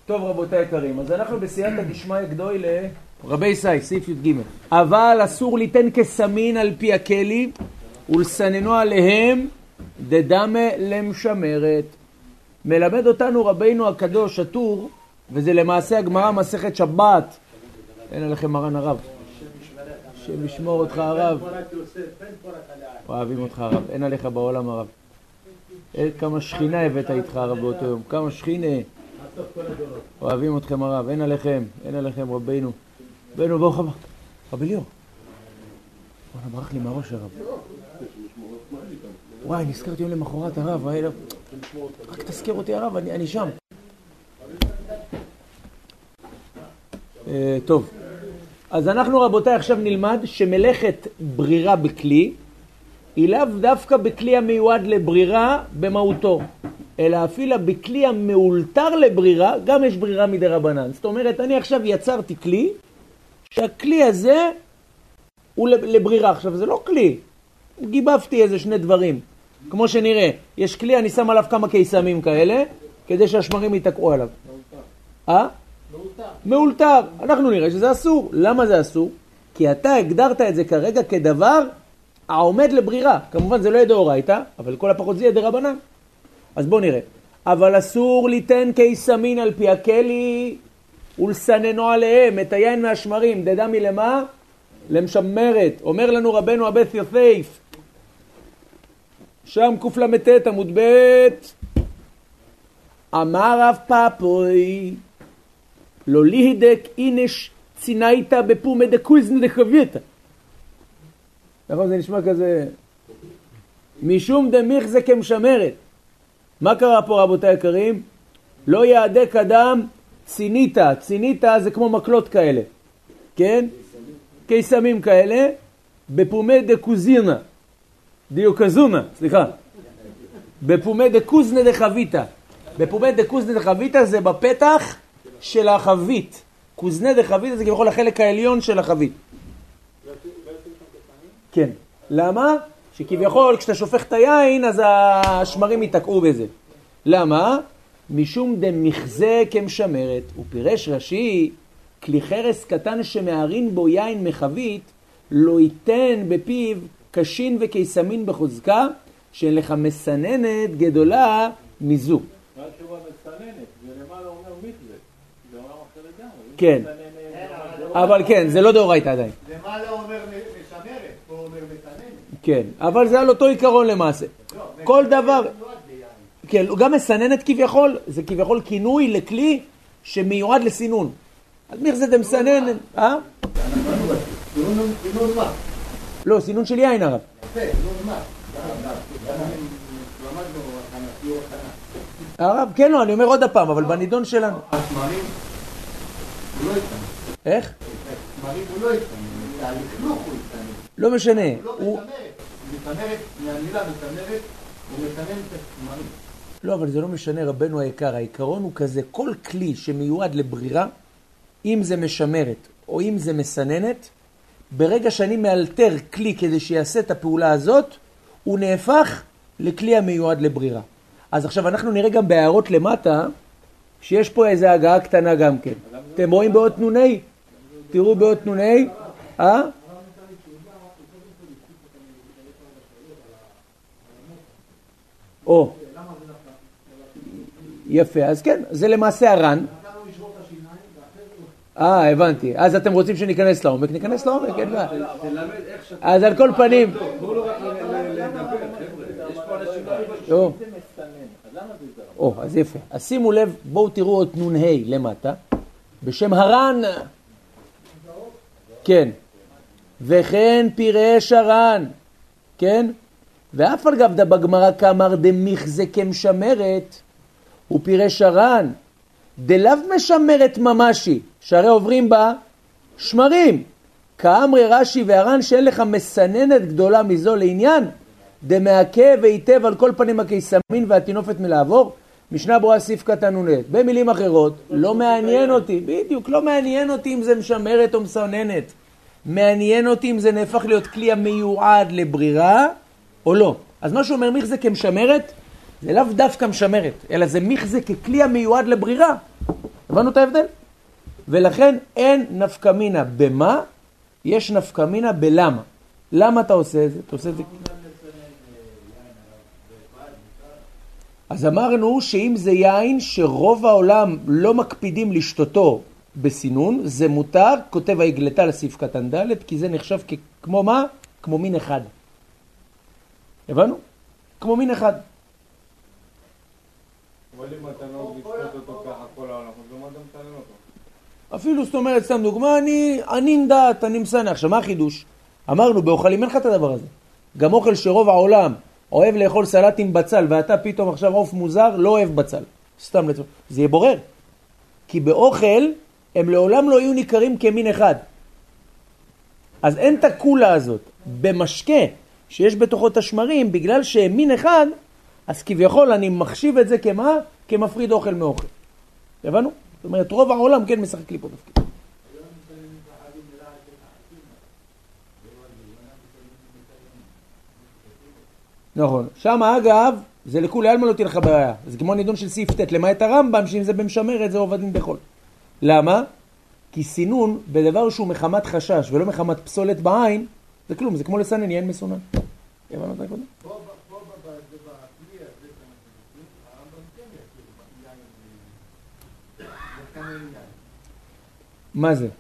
טוב רבותיי יקרים, אז אנחנו בסייעתא דשמיא גדולה רבי סי, סעיף י"ג. אבל אסור ליתן כסמין על פי הכלי ולסננו עליהם דדמה למשמרת. מלמד אותנו רבינו הקדוש הטור, וזה למעשה הגמרא מסכת שבת. אין עליכם מרן הרב, שמשמור אותך הרב, אוהבים אותך הרב, אין עליך בעולם הרב. כמה שכינה הבאת איתך הרב באותו יום, כמה שכינה, אוהבים אתכם הרב, אין עליכם רבינו. רבינו ברוך הבא, רבי ליאור, בוא נברח לי מהראש הרב. וואי, נזכרתי יום למחרת הרב, רק תזכיר אותי הרב, אני שם. טוב, אז אנחנו רבותיי עכשיו נלמד שמלאכת ברירה בכלי היא לאו דווקא בכלי המיועד לברירה במהותו, אלא אפילו בכלי המאולתר לברירה גם יש ברירה מדי רבנן. זאת אומרת, אני עכשיו יצרתי כלי שהכלי הזה הוא לברירה. עכשיו זה לא כלי, גיבבתי איזה שני דברים, כמו שנראה, יש כלי, אני שם עליו כמה קיסמים כאלה כדי שהשמרים יתקעו עליו. מאולתר. אנחנו נראה שזה אסור. למה זה אסור? כי אתה הגדרת את זה כרגע כדבר העומד לברירה. כמובן זה לא ידאורייתא, אבל כל הפחות זה ידי רבנן. אז בואו נראה. אבל אסור ליתן קיסמין על פי הכלי ולסננו עליהם את היין מהשמרים דדמי למה? למשמרת. אומר לנו רבנו הבית יוסף שם קלט עמוד בית, אמר רב פאפוי לא להידק אינש צינייתא בפומא דקוזנא דחביתא. נכון, זה נשמע כזה משום דמיחזק כמשמרת. מה קרה פה רבותיי יקרים? לא יעדק אדם ציניתא. ציניתא זה כמו מקלות כאלה, כן? קיסמים כאלה בפומא דקוזינא דיוקזונה, סליחה, בפומא דקוזנא דחביתא. בפומא דקוזנא דחביתא זה בפתח של החבית. קוזנא דחביתא זה כביכול החלק העליון של החבית. כן. למה? שכביכול כשאתה שופך את היין אז השמרים יתקעו בזה. למה? משום דמחזה כמשמרת. ופירש רש"י, כלי חרס קטן שמערין בו יין מחבית לא ייתן בפיו קשין וקיסמין בחוזקה שאין לך מסננת גדולה מזו. מה שהוא המסננת? ולמה לא אומר מקווה? זה אומר אחר לגמרי. כן. אבל כן, זה לא דאורייתא עדיין. למה לא אומר משמרת? הוא אומר מסננת. כן, אבל זה על אותו עיקרון למעשה. כל דבר... כן, גם מסננת כביכול, זה כביכול כינוי לכלי שמיועד לסינון. אז מי זה דמסננת? סינון מה? לא, סינון של יין הרב. סינון מה? הרב, כן, לא, אני אומר עוד הפעם, אבל בנידון שלנו. השמרים הוא לא יתנן. איך? השמרים הוא לא יתנן. הלכלוך הוא יתנן. לא משנה. הוא לא מסננת, מהמילה מסננת, הוא מסנן את השמרים. לא, אבל זה לא משנה רבנו היקר. העיקרון הוא כזה, כל כלי שמיועד לברירה, אם זה משמרת או אם זה מסננת, ברגע שאני מאלתר כלי כדי שיעשה את הפעולה הזאת, הוא נהפך לכלי המיועד לברירה. אז עכשיו אנחנו נראה גם בהערות למטה, שיש פה איזו הגעה קטנה גם כן. אתם רואים באות נוני? תראו באות נוני. או. יפה, אז כן, זה למעשה הר"ן. הבנתי. אז אתם רוצים שניכנס לעומק? ניכנס לעומק, אין מה. אז על כל פנים... אז יפה. אז שימו לב, בואו תראו עוד נ"ה למטה, בשם הר"ן. כן. וכן פירש הר"ן. כן? ואף על גב בגמרא כאמר דמיחזק כמשמרת, הוא פירש הר"ן. דלאו משמרת ממשי, שהרי עוברים בה שמרים. כאמרי רש"י והר"ן שאין לך מסננת גדולה מזו לעניין, דמעכב היטב על כל פנים הקיסמין והתינופת מלעבור. משנה ברורה סעיף קטן נ"ט. במילים אחרות, לא מעניין אותי, בדיוק, לא מעניין אותי אם זה משמרת או מסננת. מעניין אותי אם זה נהפך להיות כלי המיועד לברירה או לא. אז מה שאומר מיחזק כמשמרת, זה לאו דווקא משמרת, אלא זה מיחזק ככלי המיועד לברירה. הבנו את ההבדל? ולכן אין נפקמינה במה, יש נפקמינה בלמה. למה אתה עושה את זה? אתה עושה את זה... אז אמרנו שאם זה יין שרוב העולם לא מקפידים לשתותו בסינון, זה מותר, כותב העגלתה לסעיף קטן ד', כי זה נחשב כמו מה? כמו מין אחד. הבנו? כמו מין אחד. אבל אם אתה נוהג לשתות אותו ככה כל העולם, אז למה אתה מסנן אותו? אפילו, זאת אומרת, סתם דוגמה, אני נדעת, אני מסנן. עכשיו, מה החידוש? אמרנו, באוכלים אין לך את הדבר הזה. גם אוכל שרוב העולם אוהב לאכול סלט עם בצל, ואתה פתאום עכשיו עוף מוזר, לא אוהב בצל. סתם לצורך. זה יהיה בורר. כי באוכל הם לעולם לא יהיו ניכרים כמין אחד. אז אין את הקולה הזאת. במשקה שיש בתוכו תשמרים, בגלל שהם מין אחד, אז כביכול אני מחשיב את זה כמה? כמפריד אוכל מאוכל. הבנו? זאת אומרת, רוב העולם כן משחק לי פה תפקיד. נכון. שם אגב, זה לכולי אלמה לא תהיה לך בעיה. זה כמו הנידון של סעיף ט' למעט הרמב"ם, שאם זה במשמרת זה עובדין בחול. למה? כי סינון בדבר שהוא מחמת חשש ולא מחמת פסולת בעין, זה כלום, זה כמו לסנן יין מסונן. הבנו את הקודם? מה זה?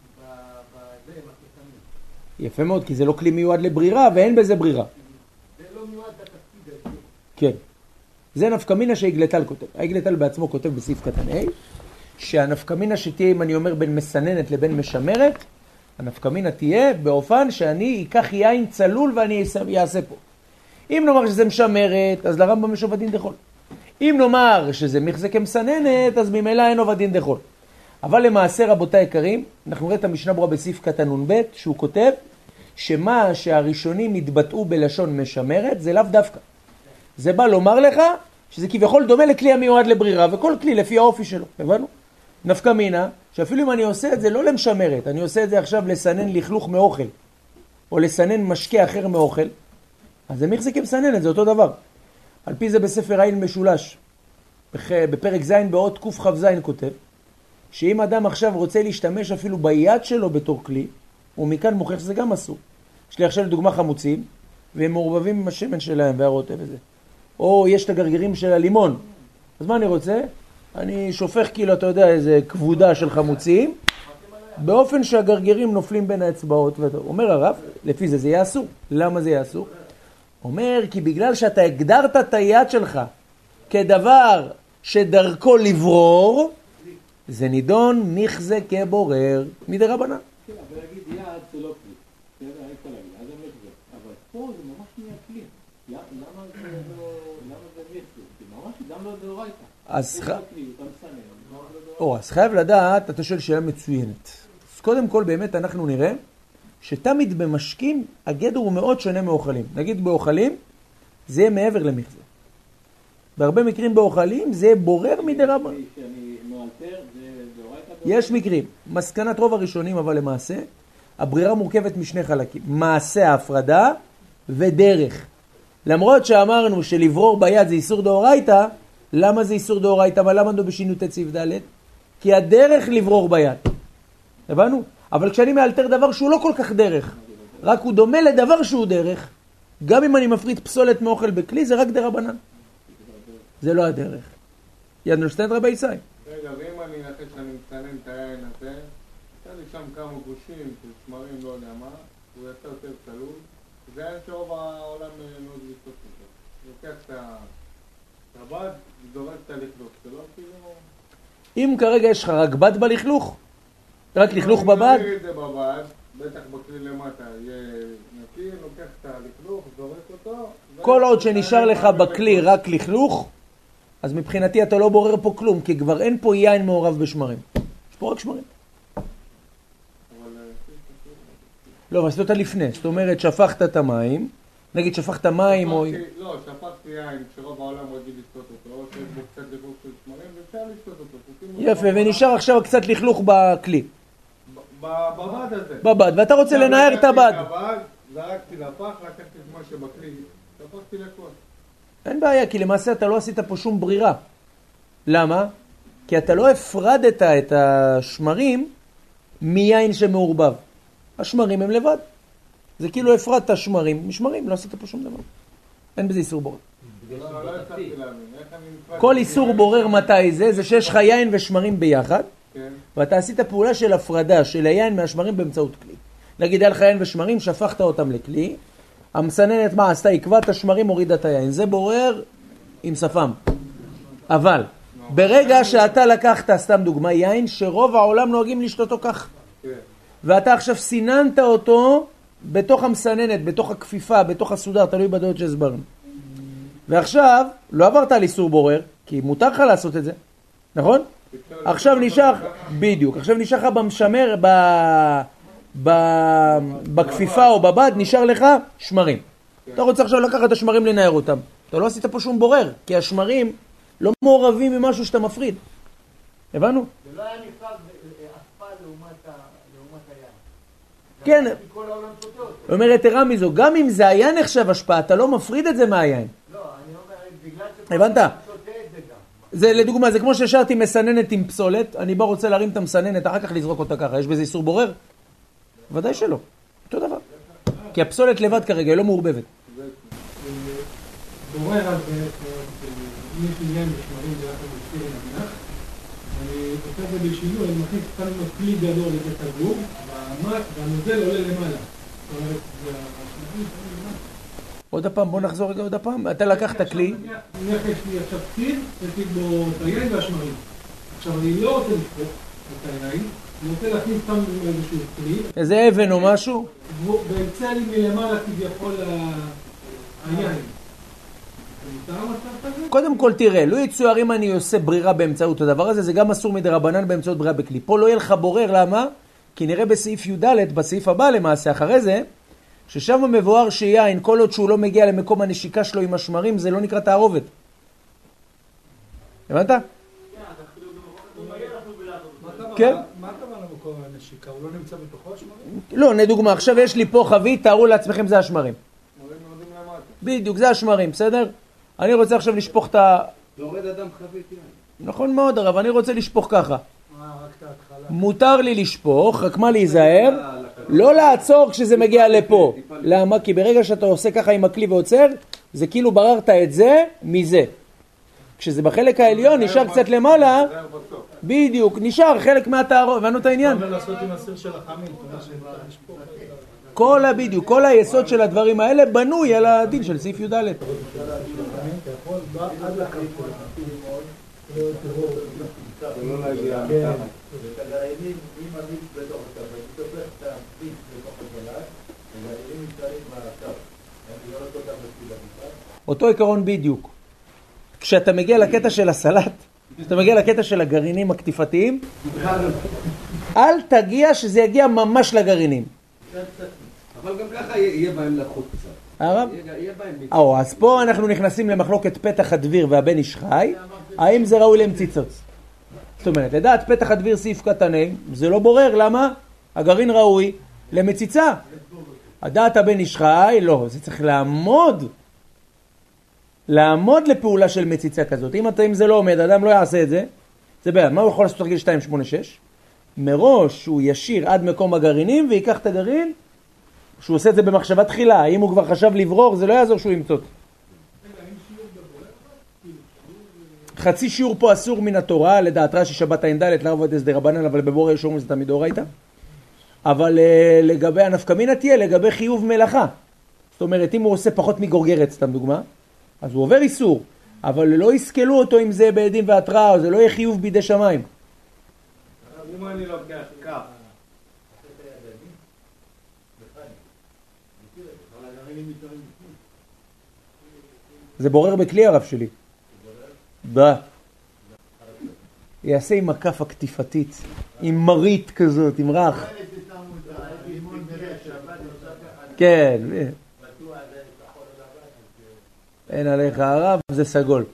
יפה מאוד, כי זה לא כלי מיועד לברירה ואין בזה ברירה. זה לא מיועד לתפקיד הזה. כן. זה נפקמינה שהעגלתל כותב. העגלתל בעצמו כותב בסעיף קטן A, שהנפקמינה שתהיה, אם אני אומר, בין מסננת לבין משמרת, הנפקמינה תהיה באופן שאני אקח יין צלול ואני אעשה פה. אם נאמר שזה משמרת, אז לרמב"ם יש עובדין דחול. אם נאמר שזה מחזק מסננת, אז ממילא אין עובדין דחול. אבל למעשה, רבותיי יקרים, אנחנו נראה את המשנה ברורה בסעיף קטן נ"ב, שהוא כותב שמה שהראשונים התבטאו בלשון משמרת, זה לאו דווקא. זה בא לומר לך שזה כביכול דומה לכלי המיועד לברירה, וכל כלי לפי האופי שלו. הבנו? נפקא מינה, שאפילו אם אני עושה את זה לא למשמרת, אני עושה את זה עכשיו לסנן לכלוך מאוכל, או לסנן משקה אחר מאוכל, אז זה מחזיק מסננת, זה אותו דבר. על פי זה בספר עין משולש, בפרק זין באות קכ"ז כותב, שאם אדם עכשיו רוצה להשתמש אפילו ביד שלו בתור כלי, הוא מכאן מוכיח שזה גם אסור. יש לי עכשיו לדוגמה חמוצים, והם מעורבבים עם השמן שלהם והרוטב וזה. או יש את הגרגירים של הלימון. אז מה אני רוצה? אני שופך כאילו, אתה יודע, איזה כבודה של חמוצים, באופן שהגרגירים נופלים בין האצבעות. אומר הרב, לפי זה יהיה אסור. למה זה יהיה אסור? אומר, כי בגלל שאתה הגדרת את היד שלך כדבר שדרכו לברור, זה נידון מחזה כבורר מדרבנן. כן, אבל להגיד יד זה לא כלי. זה לא יכול להגיד, אז זה מחזה. אבל פה זה ממש נהיה כלי. למה זה מחזה? כי ממש גם לא דאורייתא. אז חייב לדעת, אתה שואל שאלה מצוינת. אז קודם כל באמת אנחנו נראה שתמיד במשקים הגדר הוא מאוד שונה מאוכלים. נגיד באוכלים זה יהיה מעבר למחזה. בהרבה מקרים באוכלים זה בורר מדרבנן. יש מקרים, מסקנת רוב הראשונים אבל למעשה, הברירה מורכבת משני חלקים, מעשה ההפרדה ודרך. למרות שאמרנו שלברור ביד זה איסור דאורייתא, למה זה איסור דאורייתא? אבל למה לא בשינו תציב ד'? כי הדרך לברור ביד. הבנו? אבל כשאני מאלתר דבר שהוא לא כל כך דרך, רק הוא דומה לדבר שהוא דרך, גם אם אני מפריד פסולת מאוכל בכלי, זה רק דרבנן. זה לא הדרך. ידנושטיין רבי ישי. רגע, ואם אני נתן שאני מצנן את היין הזה, נתן לי שם כמה גושים של שמרים, לא יודע מה, הוא יצא יותר צלול, זה היה שרוב העולם מאוד לשתות אותו. לוקח את הבד, זורק את הלכלוך, זה לא כאילו... אם כרגע יש לך רק בד בלכלוך, רק לכלוך בבד? אני נראה את זה בבד, בטח בכלי למטה יהיה נקי, לוקח את הלכלוך, זורק אותו... כל עוד שנשאר לך בכלי רק לכלוך, אז מבחינתי אתה לא בורר פה כלום, כי כבר אין פה יין מעורב בשמרים. יש פה רק שמרים. לא, אבל עשית אותה לפני. זאת אומרת, שפכת את המים, נגיד שפכת מים או... לא, שפכתי יין כשרוב העולם רגיל לשתות אותו, או שיש בו קצת לכלוך של שמרים, ואפשר לשתות אותו. יפה, ונשאר עכשיו קצת לכלוך בכלי. בבד הזה. בבד, ואתה רוצה לנער את הבד. זרקתי לפח, לקחתי את מה שבכלי, שפכתי לכל. אין בעיה, כי למעשה אתה לא עשית פה שום ברירה. למה? כי אתה לא הפרדת את השמרים מיין שמעורבב. השמרים הם לבד. זה כאילו הפרדת השמרים משמרים, לא עשית פה שום דבר. אין בזה איסור בורר. כל איסור בורר מתי זה? זה שיש לך יין ושמרים ביחד, ואתה עשית פעולה של הפרדה של היין מהשמרים באמצעות כלי. נגיד, היה לך יין ושמרים, שפכת אותם לכלי, המסננת מה עשתה? עקבה את השמרים, הורידה את היין. זה בורר עם שפם. אבל ברגע שאתה לקחת, סתם דוגמה, יין שרוב העולם נוהגים לשתותו כך, ואתה עכשיו סיננת אותו בתוך המסננת, בתוך הכפיפה, בתוך הסודר, תלוי בדעות שהסברנו. ועכשיו לא עברת על איסור בורר, כי מותר לך לעשות את זה, נכון? עכשיו נשאר, בדיוק, עכשיו נשאר לך במשמר, בכפיפה או בבד, נשאר לך שמרים. אתה רוצה עכשיו לקחת את השמרים לנער אותם. אתה לא עשית פה שום בורר, כי השמרים לא מעורבים ממשהו שאתה מפריד. הבנו? זה לא היה נפרד אספה לעומת היין. כן. כל העולם שותה אותו. אומרת, תראה מזו, גם אם זה היה נחשב השפעה, אתה לא מפריד את זה מהיין. לא, אני אומר, בגלל שכל הבנת? העולם שותה את זה גם. זה לדוגמה, זה כמו שהשארתי מסננת עם פסולת, אני בא רוצה להרים את המסננת, אחר כך לזרוק אותה ככה. יש בזה איסור בורר? ודאי שלא. אותו דבר. כי הפסולת לבד כרגע, היא לא מעורבבת. בורר אז אם יש עניין משמרים ביחד בסיר למנח, אני עושה את זה בשינוי, אני מכניס כאן לו כלי גדול לבית הגור, והנוזל עולה למעלה. זאת אומרת, זה השמרים שעולה למעלה. עוד הפעם, בוא נחזור רגע עוד הפעם. אתה לקחת כלי. נניח יש לי עכשיו סיר, יש בו את היין והשמרים. עכשיו אני לא רוצה לשפוך את היין, אני רוצה להכניס סתם איזשהו כלי. איזה אבן או משהו? ויצא לי מלמעלה כביכול היין. קודם כל תראה, לא יצויר אם אני עושה ברירה באמצעות הדבר הזה, זה גם אסור מדרבנן באמצעות ברירה בכלי. פה לא יהיה לך בורר, למה? כי נראה בסעיף י"ד, בסעיף הבא למעשה, אחרי זה, ששם מבואר שיין, כל עוד שהוא לא מגיע למקום הנשיקה שלו עם השמרים, זה לא נקרא תערובת. הבנת? כן. מה הכוונה מקום הנשיקה? הוא לא נמצא בתוכו השמרים? לא, נדוגמה, עכשיו יש לי פה חבית, תארו לעצמכם זה השמרים. בדיוק, זה השמרים, בסדר? אני רוצה עכשיו לשפוך את ה... יורד אדם חבית יין. נכון מאוד, הרב, אני רוצה לשפוך ככה. רק את ההתחלה. מותר לי לשפוך, רק מה להיזהר? לא לעצור כשזה מגיע לפה. למה? כי ברגע שאתה עושה ככה עם הכלי ועוצר, זה כאילו בררת את זה מזה. כשזה בחלק העליון, נשאר קצת למעלה, בדיוק, נשאר חלק מהתערובת. הבנו את העניין? מה לעשות עם הסיר של החמין? לשפוך. בדיוק, כל היסוד של הדברים האלה בנוי על הדין של סעיף י"ד. אותו עיקרון בדיוק. כשאתה מגיע לקטע של הסלט, כשאתה מגיע לקטע של הגרעינים הקטיפתיים, אל תגיע שזה יגיע ממש לגרעינים. אבל גם ככה יהיה בהם לחוץ קצת. הרב? יהיה בהם. אז פה אנחנו נכנסים למחלוקת פתח הדביר והבן איש חי, האם זה ראוי למציצוץ? זאת אומרת, לדעת פתח הדביר סעיף קטן, זה לא בורר, למה? הגרעין ראוי למציצה. הדעת הבן איש חי, לא, זה צריך לעמוד לפעולה של מציצה כזאת. אם זה לא עומד, אדם לא יעשה את זה, זה בעיה. מה הוא יכול לעשות תרגיל 286? מראש הוא ישיר עד מקום הגרעינים ויקח את הגרעין, שהוא עושה את זה במחשבה תחילה. אם הוא כבר חשב לברור, זה לא יעזור שהוא ימצוא. חצי שיעור פה אסור מן התורה, לדעת רש"י שבת ע"ד לערבות הסדר רבנן, אבל בבורר יש אומרים זה תמיד אורייתא. אבל לגבי הנפקא מינה תהיה, לגבי חיוב מלאכה. זאת אומרת, אם הוא עושה פחות מגורגרת, סתם דוגמה, אז הוא עובר איסור, אבל לא יסכלו אותו אם זה בעדים והתראה, זה לא יהיה חיוב בידי שמיים. אם אני לוקח כך, זה בורר בכלי הרב שלי. יעשה עם הכף הקטיפתית, עם מרית כזאת, עם רך. כן. אין עליך הרב, זה סגול.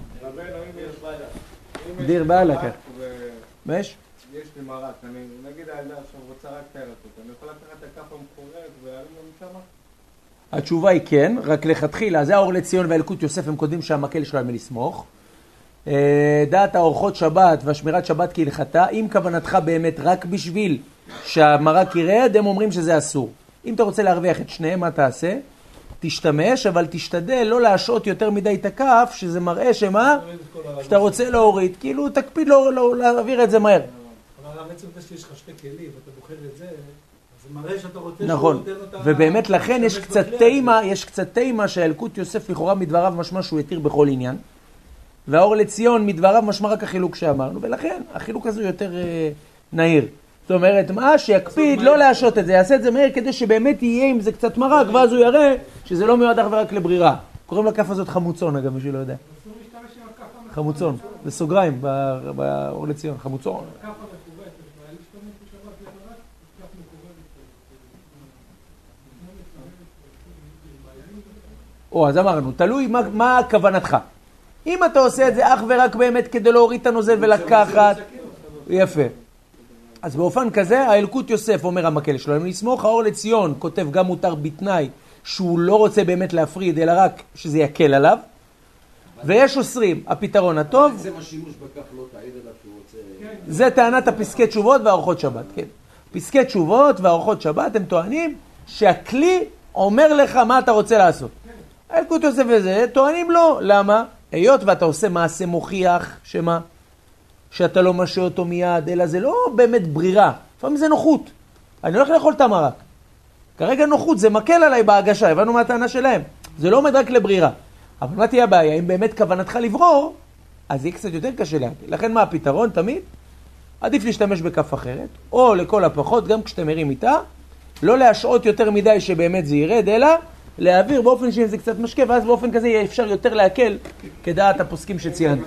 דיר בעלה כאן. יש? יש לי מרק, נגיד הילדה עכשיו רוצה רק את הירקות, אני יכול לקחת את הכף המקוררת ולהרים לו משם? התשובה היא כן, רק לכתחילה, זה האור לציון והאלקוט יוסף הם קודמים שהמקל שלו הם לסמוך. דעת האורחות שבת והשמירת שבת כהלכתה, אם כוונתך באמת רק בשביל שהמרק ירד, הם אומרים שזה אסור. אם אתה רוצה להרוויח את שניהם, מה תעשה? תשתמש, אבל תשתדל לא להשעות יותר מדי את הכף, שזה מראה שמה? שאתה רוצה להוריד. כאילו תקפיד לא להעביר את זה מהר. אבל בעצם זה שיש לך שתי כלים ואתה בוחר את זה, זה מראה שאתה רוצה נכון, ובאמת לכן יש קצת תימה שהאלקוט יוסף לכאורה מדבריו משמע שהוא יתיר בכל עניין, והאור לציון מדבריו משמע רק החילוק שאמרנו, ולכן החילוק הזה יותר נהיר. זאת אומרת, מה שיקפיד לא להשעות את זה, יעשה את זה מהר כדי שבאמת יהיה עם זה קצת מרק, ואז הוא יראה שזה לא מיועד אך ורק לברירה. קוראים לכף הזאת חמוצון, אגב, מי שלא יודע. חמוצון, בסוגריים, באור לציון, חמוצון. אז אמרנו, תלוי מה כוונתך. אם אתה עושה את זה אך ורק באמת כדי להוריד את הנוזל ולקחת, יפה. אז באופן כזה, האלקוט יוסף אומר המקל שלנו, לסמוך האור לציון, כותב גם מותר בתנאי, שהוא לא רוצה באמת להפריד, אלא רק שזה יקל עליו. ויש אוסרים, הפתרון הטוב. זה מה שימוש בכך לא תעיד עליו שהוא רוצה... זה טענת הפסקי תשובות והאורחות שבת, כן. פסקי תשובות והאורחות שבת, הם טוענים שהכלי אומר לך מה אתה רוצה לעשות. האלקוט יוסף וזה, טוענים לא. למה? היות ואתה עושה מעשה מוכיח, שמה? שאתה לא משאיר אותו מיד, אלא זה לא באמת ברירה. לפעמים זה נוחות. אני הולך לאכול את המרק. כרגע נוחות, זה מקל עליי בהגשה, הבנו מה הטענה שלהם. זה לא עומד רק לברירה. אבל מה תהיה הבעיה? אם באמת כוונתך לברור, אז יהיה קצת יותר קשה להגיד. לכן מה הפתרון תמיד? עדיף להשתמש בכף אחרת, או לכל הפחות, גם כשאתם מרים איתה, לא להשעות יותר מדי שבאמת זה ירד, אלא להעביר באופן שזה קצת משקה, ואז באופן כזה יהיה אפשר יותר להקל כדעת הפוסקים שציינת.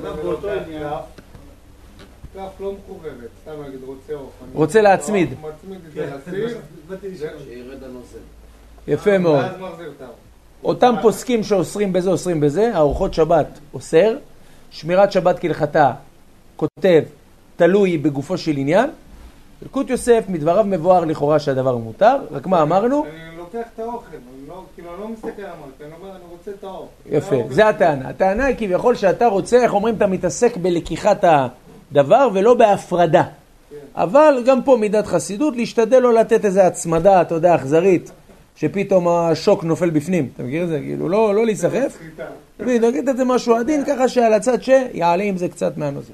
כף לא מחוברת, סתם נגיד רוצה אוף. רוצה להצמיד. מצמיד את זה לסיר, שירד הנושא. יפה מאוד. ואז מחזיר את האור. אותם פוסקים שאוסרים בזה, אוסרים בזה, האורחות שבת אוסר, שמירת שבת כהלכתה כותב, תלוי בגופו של עניין. אלקוט יוסף מדבריו מבואר לכאורה שהדבר מותר, רק מה אמרנו? אני לוקח את האוכל, אני לא מסתכל על המלכה, אני אומר, אני רוצה את האור. יפה, זה הטענה. הטענה היא כביכול שאתה רוצה, איך אומרים, אתה מתעסק בלקיחת הדבר ולא בהפרדה. אבל גם פה מידת חסידות, להשתדל לא לתת איזו הצמדה, אתה יודע, אכזרית, שפתאום השוק נופל בפנים. אתה מכיר את זה? כאילו, לא להיסחף. תגיד את זה משהו עדין, ככה שעל הצד שיעלה עם זה קצת מהנוזל.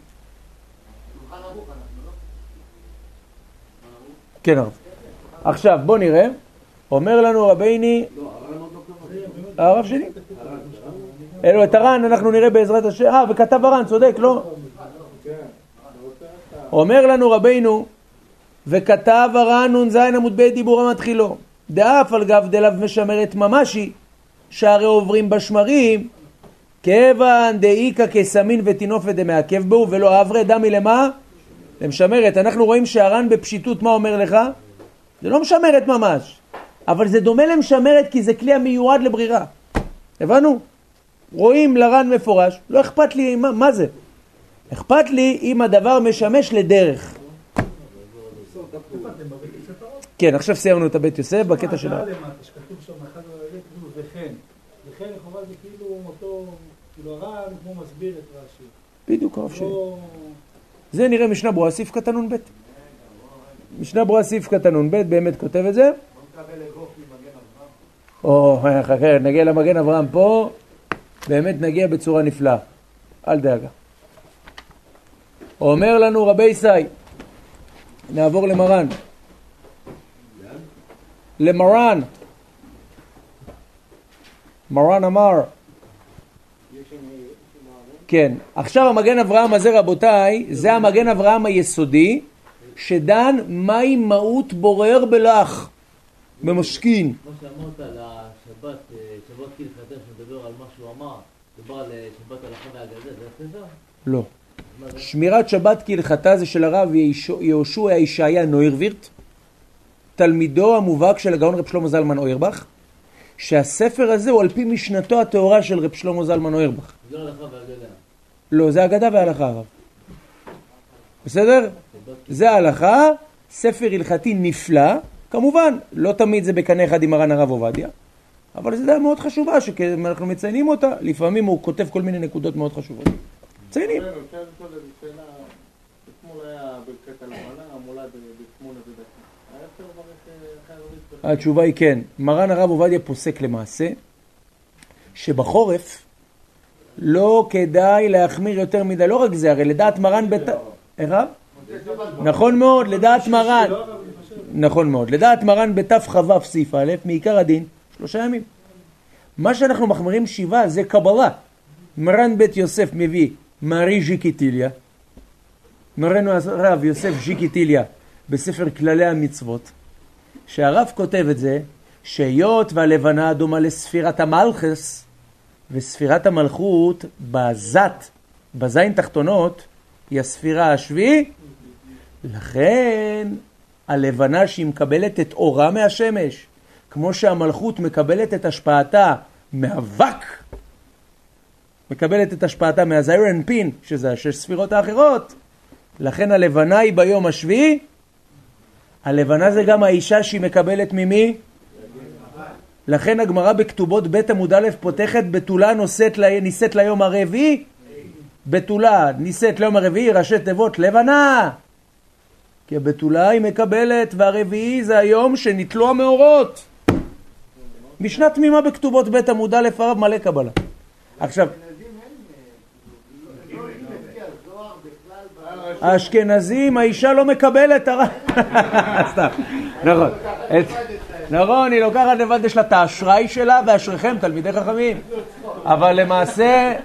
כן, הרב. עכשיו, בוא נראה. אומר לנו רביני... הרב שלי? אלו את הר"ן, אנחנו נראה בעזרת השם. וכתב הר"ן, צודק, לא? אומר לנו רבינו, וכתב הר"ן נ"ז עמוד ב' דיבור המתחילו. דאף על גב דלאו משמרת ממשי, שהרי עוברים בשמרים, כיוון דאיקה כסמין ותינופת דמעכב בו, ולא אברי דמי למה? למשמרת. אנחנו רואים שהר"ן בפשיטות מה אומר לך? זה לא משמרת ממש, אבל זה דומה למשמרת כי זה כלי המיועד לברירה. הבנו? רואים לר"ן מפורש, לא אכפת לי מה זה. אכפת לי אם הדבר משמש לדרך. כן, עכשיו סיימנו את הבית יוסף בקטע שלנו. שכתוב שם אחד וכן. וכן לכאורה זה כאילו אותו, כאילו הר"ן כמו מסביר את רש"י. בדיוק, הרב שלי. זה נראה משנה ברורה סעיף קטן נ"ב. משנה ברורה סעיף קטן נ"ב באמת כותב את זה. חכה, נגיע למגן אברהם פה. באמת נגיע בצורה נפלאה. אל דאגה. אומר לנו רבי ישי, נעבור למרן. למרן. מרן אמר. כן, עכשיו המגן אברהם הזה רבותיי, זה המגן אברהם היסודי, שדן מהי מהות בורר בלח, במשכין. מה שאמרת על השבת, שבת כהלכתה שמדבר על מה שהוא אמר, מדבר על שבת הלכה והגדה, זה הספר? לא. שמירת שבת כהלכתה זה של הרב יהושע ישעיה נוירווירט, תלמידו המובהק של הגאון רב שלמה זלמן אוירבך, שהספר הזה הוא על פי משנתו התאורה של רב שלמה זלמן אוירבך. זה הלכה והגדה. לא, זה הגדה וההלכה הרב. בסדר? זה ההלכה, ספר הלכתי נפלא, כמובן, לא תמיד זה בקנה אחד עם מרן הרב עובדיה, אבל זו דעה מאוד חשובה, שאנחנו מציינים אותה, לפעמים הוא כותב כל מיני נקודות מאוד חשובות. מציינים. אפשר לשאול איזה שאלה, אתמול היה ברכת הלבנה, המולד בשמונה בדקה. היה אפשר לברך אחרי ערבית? התשובה היא כן. מרן הרב עובדיה פוסק למעשה, שבחורף לא כדאי להחמיר יותר מדי, לא רק זה, הרי לדעת מרן הרב? נכון מאוד, לדעת מרן. נכון מאוד, לדעת מרן בתף חבף סעיף א', מעיקר הדין, 3 ימים. מה שאנחנו מחמירים 7 זה קבלה. מרן בית יוסף מביא מרי ז'יקיטיליה, מרנו הרב יוסף ז'יקיטיליה בספר כללי המצוות, שהרב כותב את זה, שהיות והלבנה דומה לספירת המלכס, וספירת המלכות בזין תחתונות, היא הספירה השביעי, לכן הלבנה שהיא מקבלת את אורה מהשמש, כמו שהמלכות מקבלת את השפעתה מאבק, מקבלת את השפעתה מהזעיר אנפין, שזה 6 ספירות האחרות, לכן הלבנה היא ביום השביעי, הלבנה זה גם האישה שהיא מקבלת ממי? לכן הגמרא בכתובות ב' עמוד א' פותחת בתולה נישאת ליום הרביעי, בתולה נישאת ליום הרביעי, ראשי תיבות לבנה, כי הבתולה היא מקבלת, והרביעי זה היום שניטלו המאורות. משנה תמימה בכתובות ב' עמוד א' הרב מלא קבלה. עכשיו, האשכנזים, האישה לא מקבלת הרב. סתם, נכון. נכון, היא לוקחת לבד, יש לה את האשראי שלה, ואשריכם תלמידי חכמים. אבל למעשה,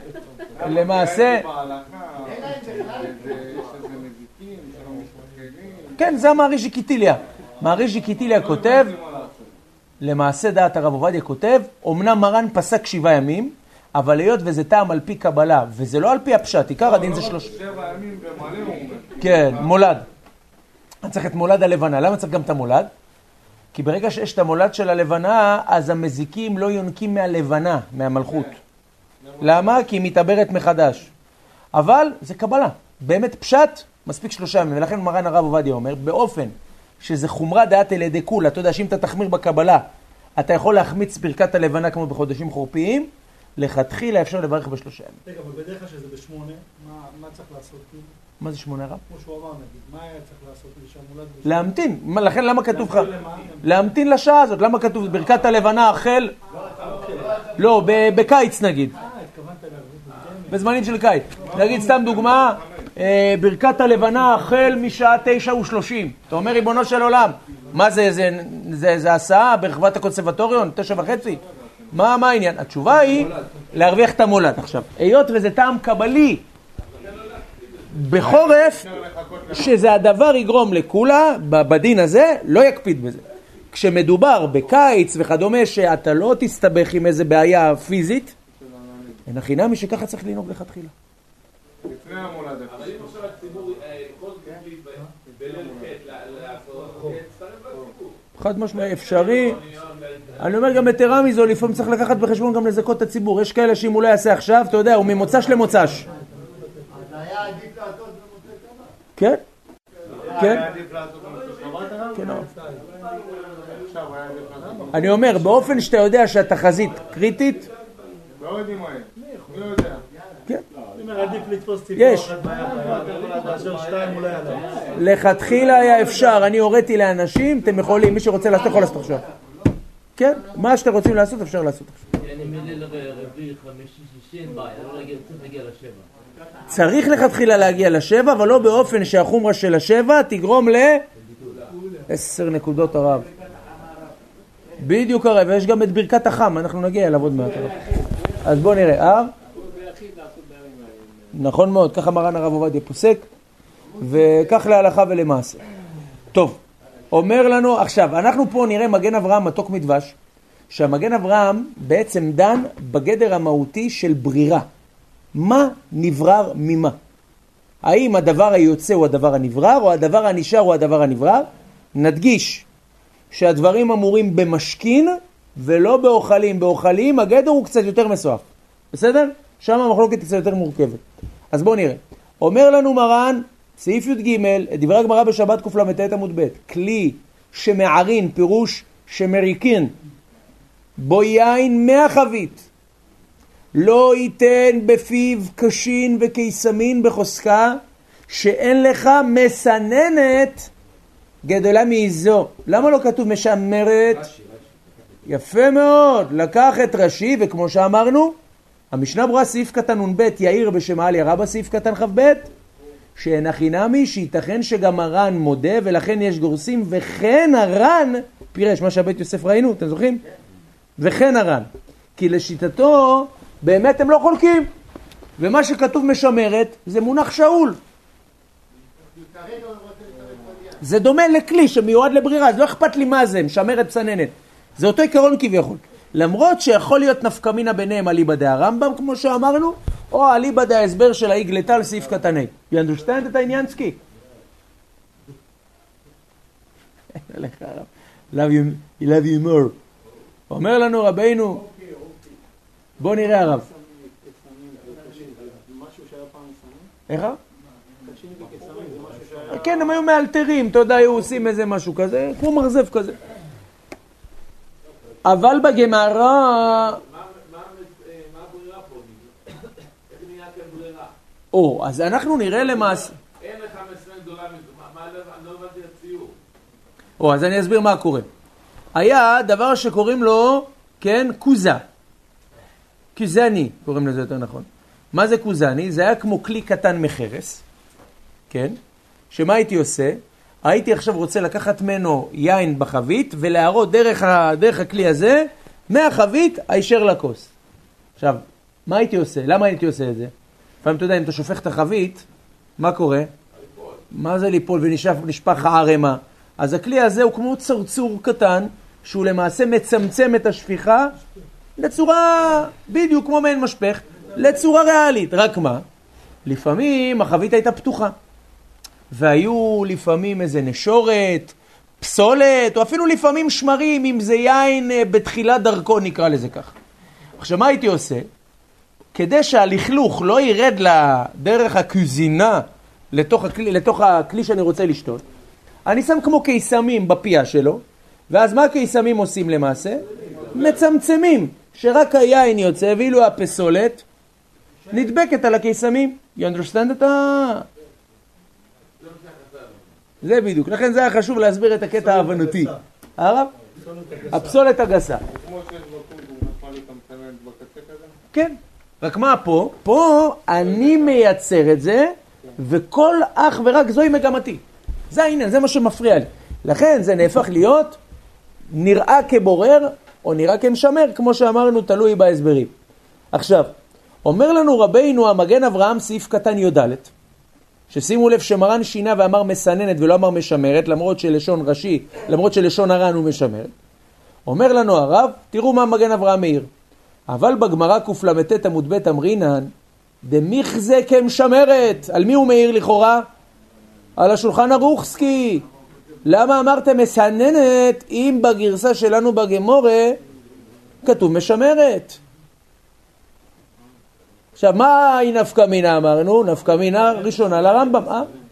כן, זה המעריש ז'יקיטיליה. מעריש ז'יקיטיליה כותב, למעשה דעת הרב עובדיה כותב, אמנם מרן פסק 7 ימים, אבל היות וזה טעם על פי קבלה, וזה לא על פי הפשט, עיקר הדין זה 3. 7 ימים במלא הוא אומר. כן, מולד. אני צריך את מולד הלבנה. למה צריך גם את המולד? כי ברגע שיש את המולד של הלבנה, אז המזיקים לא יונקים מהלבנה, מהמלכות. למה? כי היא מתעברת מחדש. אבל זה קבלה. באמת פשט, מספיק 3 ימים. ולכן מרן הרב עובדיה אומר, באופן שזה חומרה דעת אל ידי כול, אתה יודע שאם אתה תחמיר בקבלה, אתה יכול להחמיץ ברכת הלבנה כמו בחודשים חורפיים, לכתחילה אפשר לברך ב3 ימים. רגע, אבל בדרך כלל שזה ב8, מה צריך לעשות? מה זה 8 רב? כמו שהוא אמר נגיד, מה היה צריך לעשות שהמולד... להמתין. לכן למה כתוב לך? להמתין לשעה הזאת. למה כתוב ברכת הלבנה החל? לא, בקיץ נגיד. התכוונת להגיד. בזמנים של קיץ. נגיד סתם דוגמה, ברכת הלבנה החל משעה 9:30. אתה אומר ריבונו של עולם, מה זה הסעה ברחבת הקונסרבטוריון? 9:30? מה העניין? התשובה היא להרוויח את המולד. עכשיו, היות וזה טעם קבלי בחורף, שזה הדבר יגרום לכולה, בדין הזה, לא יקפיד בזה. כשמדובר בקיץ וכדומה, שאתה לא תסתבך עם איזה בעיה פיזית, אין הכינה מי שככה צריך לנהוג לכתחילה. לפני המולד. אבל אם עכשיו הציבור, כל גבית בליל חטא, להצטרף לציבור. חד משמעי, אפשרי. אני אומר גם יתרה מזו, לפעמים צריך לקחת בחשבון גם לזכות את הציבור. יש כאלה שאם הוא לא יעשה עכשיו, אתה יודע, הוא ממוצ"ש למוצ"ש. אז היה עדיף לעשות במוצאי שבת. כן? כן? היה עדיף לעשות במוצאי שבת? כן. עכשיו היה עדיף לעשות. אני אומר, באופן שאתה יודע שהתחזית קריטית, לא יודעים מה יהיה. מי יודע? כן. אני אומר, עדיף לתפוס ציבור יש. אחת ביד, אתה יכול לעזור 2 אולי עליו. לכתחילה היה אפשר, אני הוריתי לאנשים, אתם יכולים, מי שרוצה לעשות יכול לעשות עכשיו. כן? מה שאתם רוצים לעשות אפשר לעשות עכשיו. אני מליל רביעי, חמישי, שישי, אין בעיה, לא להגיע ל7. צריך לכתחילה להגיע ל7, אבל לא באופן שהחומרה של 7 תגרום ל10 נקודות הרב. בדיוק הרב, ויש גם את ברכת החם, אנחנו נגיע אליו עוד מעט. אז בואו נראה, נכון מאוד, ככה מרן הרב עובדיה פוסק, וכך להלכה ולמעשה. טוב, אומר לנו, עכשיו, אנחנו פה נראה מגן אברהם מתוק מדבש, שהמגן אברהם בעצם דן בגדר המהותי של ברירה. מה נברר ממה? האם הדבר היוצא הוא הדבר הנברר, או הדבר הנשאר הוא הדבר הנברר? נדגיש שהדברים אמורים במשכין ולא באוכלים. באוכלים הגדר הוא קצת יותר מסועף. בסדר? שם המחלוקת קצת יותר מורכבת. אז בואו נראה. אומר לנו מרן, סעיף י"ג, דברי הגמרא בשבת קל"ט עמוד ב', כלי שמערין, פירוש שמריקין, בו יין 100 חבית, לא ייתן בפיו קשין וקיסמין בחוסקה, שאין לך מסננת גדולה מאיזו. למה לא כתוב משמרת? יפה מאוד, לקח את רש"י, וכמו שאמרנו, המשנה ברורה סעיף קטן נ"ב, יאיר בשם עלי רבא סעיף קטן כ"ב, שאין הכי נמי, שייתכן שגם הר"ן מודה, ולכן יש גורסים, וכן הר"ן, פירש מה שהבית יוסף ראינו, אתם זוכרים? וכן הר"ן, כי לשיטתו באמת הם לא חולקים, ומה שכתוב משמרת זה מונח שאול. זה דומה לכלי שמיועד לברירה, אז לא אכפת לי מה זה, משמרת צננת. זה אותו עיקרון כביכול. למרות שיכול להיות נפקא מינה ביניהם אליבא דהרמב"ם, כמו שאמרנו, או אליבא דהסבר של האיגלטל סעיף קטן A. You understand את העניין, סקי? love you more. אומר לנו רבינו, בוא נראה הרב. איך? כן, הם היו מאלתרים, אתה יודע, היו עושים איזה משהו כזה, כמו מרזב כזה. אבל בגמרא... מה הברירה פה? איך נהיה כאן ברירה? אז אנחנו נראה למעשה... אין לך מסננת גדולה מזו, אני לא הבנתי את הציור. אז אני אסביר מה קורה. היה דבר שקוראים לו, כן, קוזה. קוזני, קוראים לזה יותר נכון. מה זה קוזני? זה היה כמו כלי קטן מחרס, כן? שמה הייתי עושה? הייתי עכשיו רוצה לקחת ממנו יין בחבית ולהראות דרך הכלי הזה מהחבית הישר לכוס. עכשיו, מה הייתי עושה? למה הייתי עושה את זה? פעם אתה יודע, אם אתה שופך את החבית, מה קורה? מה זה ליפול ונשפך הערמה? אז הכלי הזה הוא כמו צרצור קטן, שהוא למעשה מצמצם את השפיכה לצורה, בדיוק כמו מעין משפך, לצורה ריאלית. רק מה? לפעמים החבית הייתה פתוחה. והיו לפעמים איזה נשורת, פסולת, או אפילו לפעמים שמרים, אם זה יין בתחילת דרכו, נקרא לזה כך. עכשיו, מה הייתי עושה? כדי שהלכלוך לא ירד לדרך הקוזינה לתוך הכלי שאני רוצה לשתות, אני שם כמו קיסמים בפייה שלו, ואז מה הקיסמים עושים למעשה? מצמצמים, שרק היין יוצא, ואילו הפסולת נדבקת על הקיסמים. You understand את ה... זה בדיוק, לכן זה היה חשוב להסביר את הקטע ההבנותי. הרב? הפסולת הגסה. כמו שיש בקונגו, נפל לי את המסננת בקצה כזה? כן, רק מה פה? פה אני מייצר את זה, וכל אך ורק זוהי מגמתי. זה העניין, זה מה שמפריע לי. לכן זה נהפך להיות נראה כבורר, או נראה כמשמר, כמו שאמרנו, תלוי בהסברים. עכשיו, אומר לנו רבינו המגן אברהם סעיף קטן יודלת, ששימו לב שמרן שינה ואמר מסננת ולא אמר משמרת, למרות שלשון הר"ן הוא משמרת. אומר לנו הרב, תראו מה מגן אברהם מאיר. אבל בגמרא קלט עמוד ב' אמרינן, דמיחזה כמשמרת. על מי הוא מאיר לכאורה? על השולחן ערוך סקי. למה אמרתם מסננת אם בגרסה שלנו בגמורה כתוב משמרת? עכשיו, מה היא נפקא מינה אמרנו? נפקא מינה ראשונה לרמב"ם,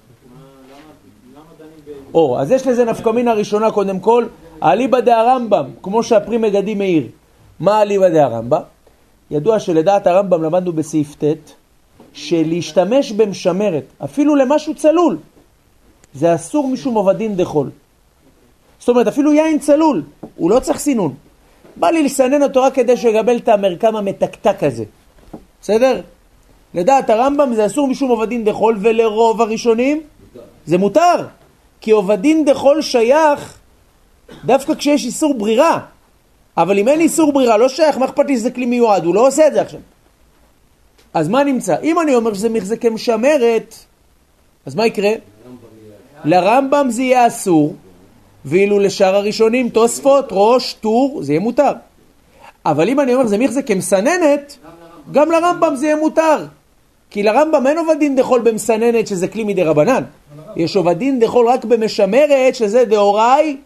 אז יש לזה נפקא מינה ראשונה קודם כל, אליבא דהרמב"ם, כמו שהפרי מגדי מאיר. מה אליבא דהרמב"ם? ידוע שלדעת הרמב"ם למדנו בסעיף ט' שלהשתמש במשמרת, אפילו למשהו צלול, זה אסור משום עובדין דחול. זאת אומרת, אפילו יין צלול, הוא לא צריך סינון. בא לי לסנן אותו רק כדי שיקבל את המרקם המתקתק הזה. בסדר? לדעת הרמב"ם זה אסור משום עובדין דחול, ולרוב הראשונים זה מותר. כי עובדין דחול שייך דווקא כשיש איסור ברירה. אבל אם אין איסור ברירה, לא שייך, מה אכפת לי שזה כלי מיועד? הוא לא עושה את זה עכשיו. אז מה נמצא? אם אני אומר שזה מחזה כמשמרת, אז מה יקרה? לרמב"ם זה יהיה אסור, ואילו לשאר הראשונים, תוספות, ראש, טור, זה יהיה מותר. אבל אם אני אומר זה מחזה כמסננת, גם לרמב"ם זה יהיה מותר. כי לרמב"ם אין עובדין דחול במסננת שזה כלי מדי רבנן. יש עובדין דחול רק במשמרת שזה דאוראי.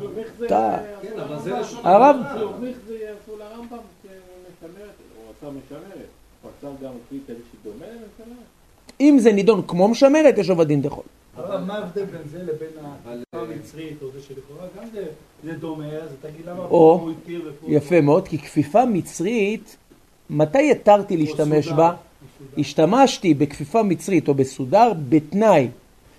הרב? זה יעשו לרמב"ם כמשמרת, או עשה משמרת, או עשה גם כלי כזה שדומה למשמרת. אם זה נידון כמו משמרת, יש עובדין דחול. אבל מה ההבדל בין זה לבין המצרית או זה שלכאורה? גם זה דומה, אז תגיד למה הוא התיר ופה... יפה מאוד, כי כפיפה מצרית מתי התרתי להשתמש בה? השתמשתי בכפיפה מצרית או בסודר בתנאי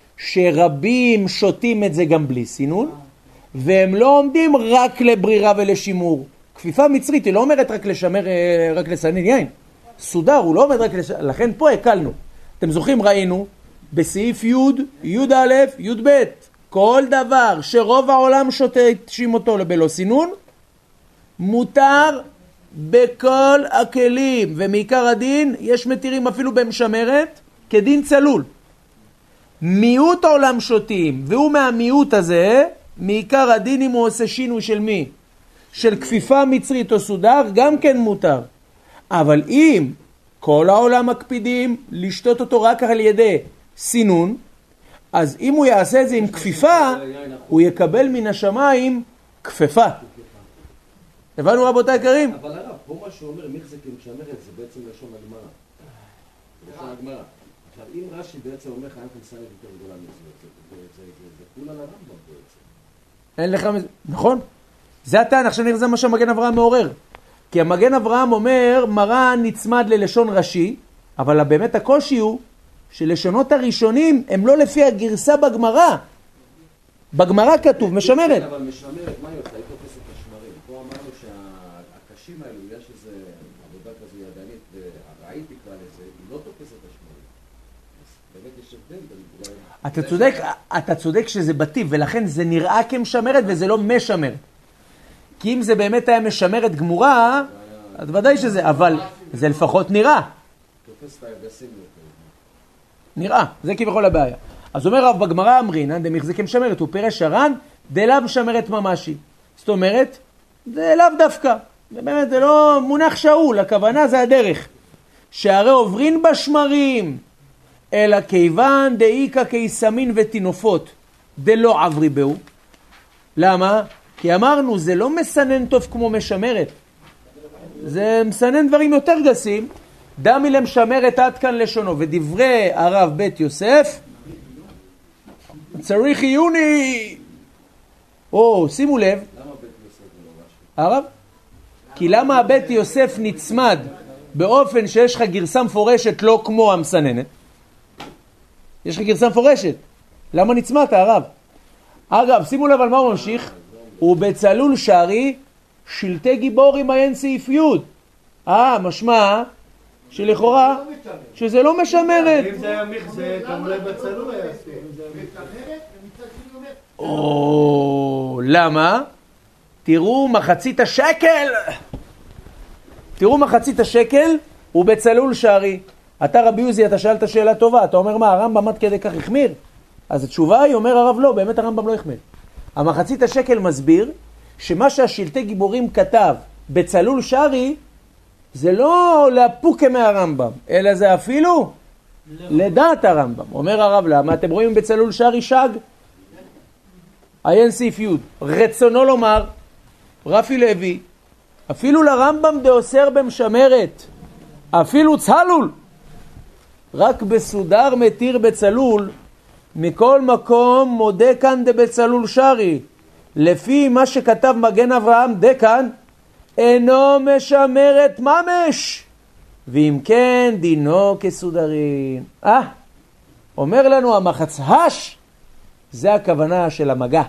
שרבים שותים את זה גם בלי סינון, והם לא עומדים רק לברירה ולשימור. כפיפה מצרית היא לא אומרת רק לשמר, רק לסנן יין. סודר הוא לא אומר רק לשמר, לכן פה הקלנו. אתם זוכרים, ראינו בסעיף י', י' א', י' ב', כל דבר שרוב העולם שותשים אותו בלא סינון, מותר בכל הכלים, ומעיקר הדין יש מתירים אפילו במשמרת כדין צלול. מיעוט העולם שותים, והוא מהמיעוט הזה, מעיקר הדין אם הוא עושה שינוי של מי? של כפיפה מצרית או סודר, גם כן מותר. אבל אם כל העולם מקפידים לשתות אותו רק על ידי סינון, אז אם הוא יעשה את זה עם כפיפה, הוא יקבל מן השמיים כפפה. הבנו רבותיי יקרים? אבל הרב, פה מה שאומר מחזק ומשמרת זה בעצם לשון הגמרא. לשון הגמרא. עכשיו, אם רש"י בעצם אומר לך אין חלסנית יותר גדולה מזה, זה כולה לרמב"ם בעצם. אין לך... נכון? זה הטען, עכשיו נראה מה שהמגן אברהם מעורר. כי המגן אברהם אומר, מרן נצמד ללשון ראשי, אבל באמת הקושי הוא שלשונות הראשונים הם לא לפי הגרסה בגמרא. בגמרא כתוב משמרת. אבל משמרת, מה היא עושה? היא תופסת את השמרים. פה אמרנו שהקשים האלו, יש איזו עבודה כזו ידנית, והרעית תקרא לזה, היא לא תופסת את השמרים. אז באמת יש הבדל בין... אתה צודק שזה בטיב, ולכן זה נראה כמשמרת וזה לא משמרת. כי אם זה באמת היה משמרת גמורה, אז ודאי שזה, אבל זה לפחות נראה. תופס את היבסים יותר. נראה, זה כביכול הבעיה. אז אומר רב בגמרא אמרינן, דמחזיק משמרת, הוא פירש הר"ן, דלאו משמרת ממשי. זאת אומרת, זה לאו דווקא. באמת זה לא מונח שאול, הכוונה זה הדרך. שהרי עוברין בשמרים, אלא כיוון דאיקה כיסמין ותינופות, דלא עברי בהו. למה? כי אמרנו, זה לא מסנן טוב כמו משמרת. זה מסנן דברים יותר גסים. דמי למשמרת עד כאן לשונו. ודברי הרב בית יוסף, צריך עיוני. שימו לב. למה בית יוסף ולא רש"י? הרב? כי למה בית יוסף נצמד באופן שיש לך גרסה מפורשת לא כמו המסננת? יש לך גרסה מפורשת. למה נצמדת, הרב? אגב, שימו לב על מה הוא ממשיך. ובצלול שערי שלטי גיבור עם עיין סעיף י'. משמע שלכאורה שזה לא משמרת. אם זה היה מחזק, גם אולי בצלול היה עשו. למה? תראו מחצית השקל. תראו מחצית השקל ובצלול שערי. אתה רבי יוזי, אתה שאלת שאלה טובה. אתה אומר מה, הרמב"ם עד כדי כך החמיר? אז התשובה היא, אומר הרב לא, באמת הרמב"ם לא החמיר. המחצית השקל מסביר שמה שהשלטי גיבורים כתב בצלול שערי זה לא להפוקה מהרמב"ם, אלא זה אפילו לדעת הרמב"ם. אומר הרב למה? אתם רואים בצלול שערי שג? עיין סעיף י'. רצונו לומר, רפי לוי, אפילו לרמב"ם דאוסר במשמרת, אפילו צלול, רק בסודר מתיר בצלול, מכל מקום מודה כאן דבצלול שערי. לפי מה שכתב מגן אברהם דקן, אינו משמרת ממש, ואם כן דינו כסודרין. אומר לנו המחצהש, זה הכוונה של המגע.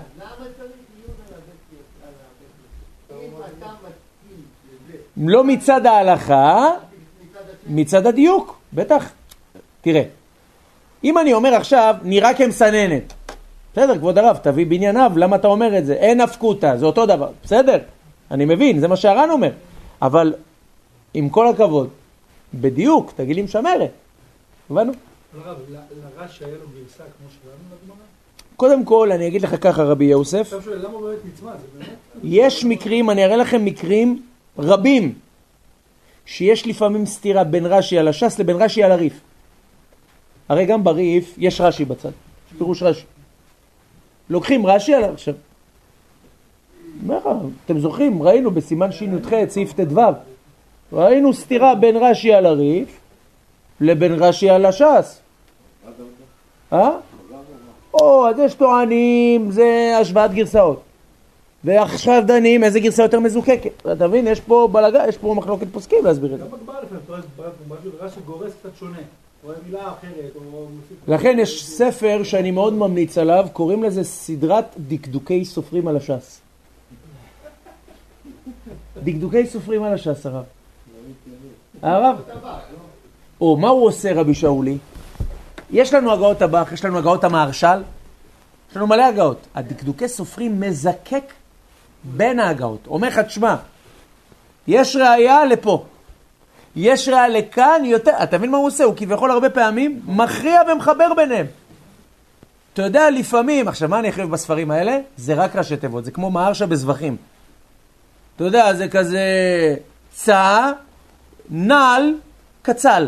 לא מצד ההלכה, מצד הדיוק, בטח. תראה, אם אני אומר עכשיו, נראה כמסננת. בסדר, כבוד הרב, תביא בענייניו, למה אתה אומר את זה? אין הפקותה, זה אותו דבר. בסדר, אני מבין, זה מה שהר"ן אומר. אבל עם כל הכבוד, בדיוק, תגיד לי משמרת. הבנו? הרב, לרש"י היה לו גרסה כמו שלנו לגמרא? קודם כל, אני אגיד לך ככה, רבי יוסף. עכשיו שואל, למה באמת נצמד? יש מקרים, אני אראה לכם מקרים רבים, שיש לפעמים סתירה בין רש"י על הש"ס לבין רש"י על הריף. הרי גם בריף יש רש"י בצד, פירוש רש"י. לוקחים רש"י על... עכשיו, אתם זוכרים, ראינו בסימן שי"ח סעיף ט"ו, ראינו סתירה בין רש"י על הריף לבין רש"י על הש"ס. אז יש טוענים, זה השוואת גרסאות. ועכשיו דנים איזה גרסה יותר מזוקקת. אתה מבין, יש פה בלגה, יש פה מחלוקת פוסקים להסביר את זה. גם בגמרא לפעמים, אתה רואה משהו, רש"י גורס קצת שונה. רואה מילה אחרת, או מוסיף... לכן יש ספר שאני מאוד ממליץ עליו, קוראים לזה סדרת דקדוקי סופרים על הש"ס. דקדוקי סופרים על הש"ס, הרב. הרב? או, מה הוא עושה רבי שאולי? יש לנו הגאות הבח, יש לנו הגאות המהרש"ל, יש לנו מלא הגאות. הדקדוקי סופרים מזקק בין ההגאות. אומר לך, תשמע, יש ראייה לפה. יש ראייה לכאן יותר. אתה מבין מה הוא עושה? הוא כביכול הרבה פעמים מכריע ומחבר ביניהם. אתה יודע, לפעמים, עכשיו מה אני אחריב בספרים האלה? זה רק ראשי תיבות, זה כמו מהרש"א בזבחים. אתה יודע, זה כזה צע, נל, קצל.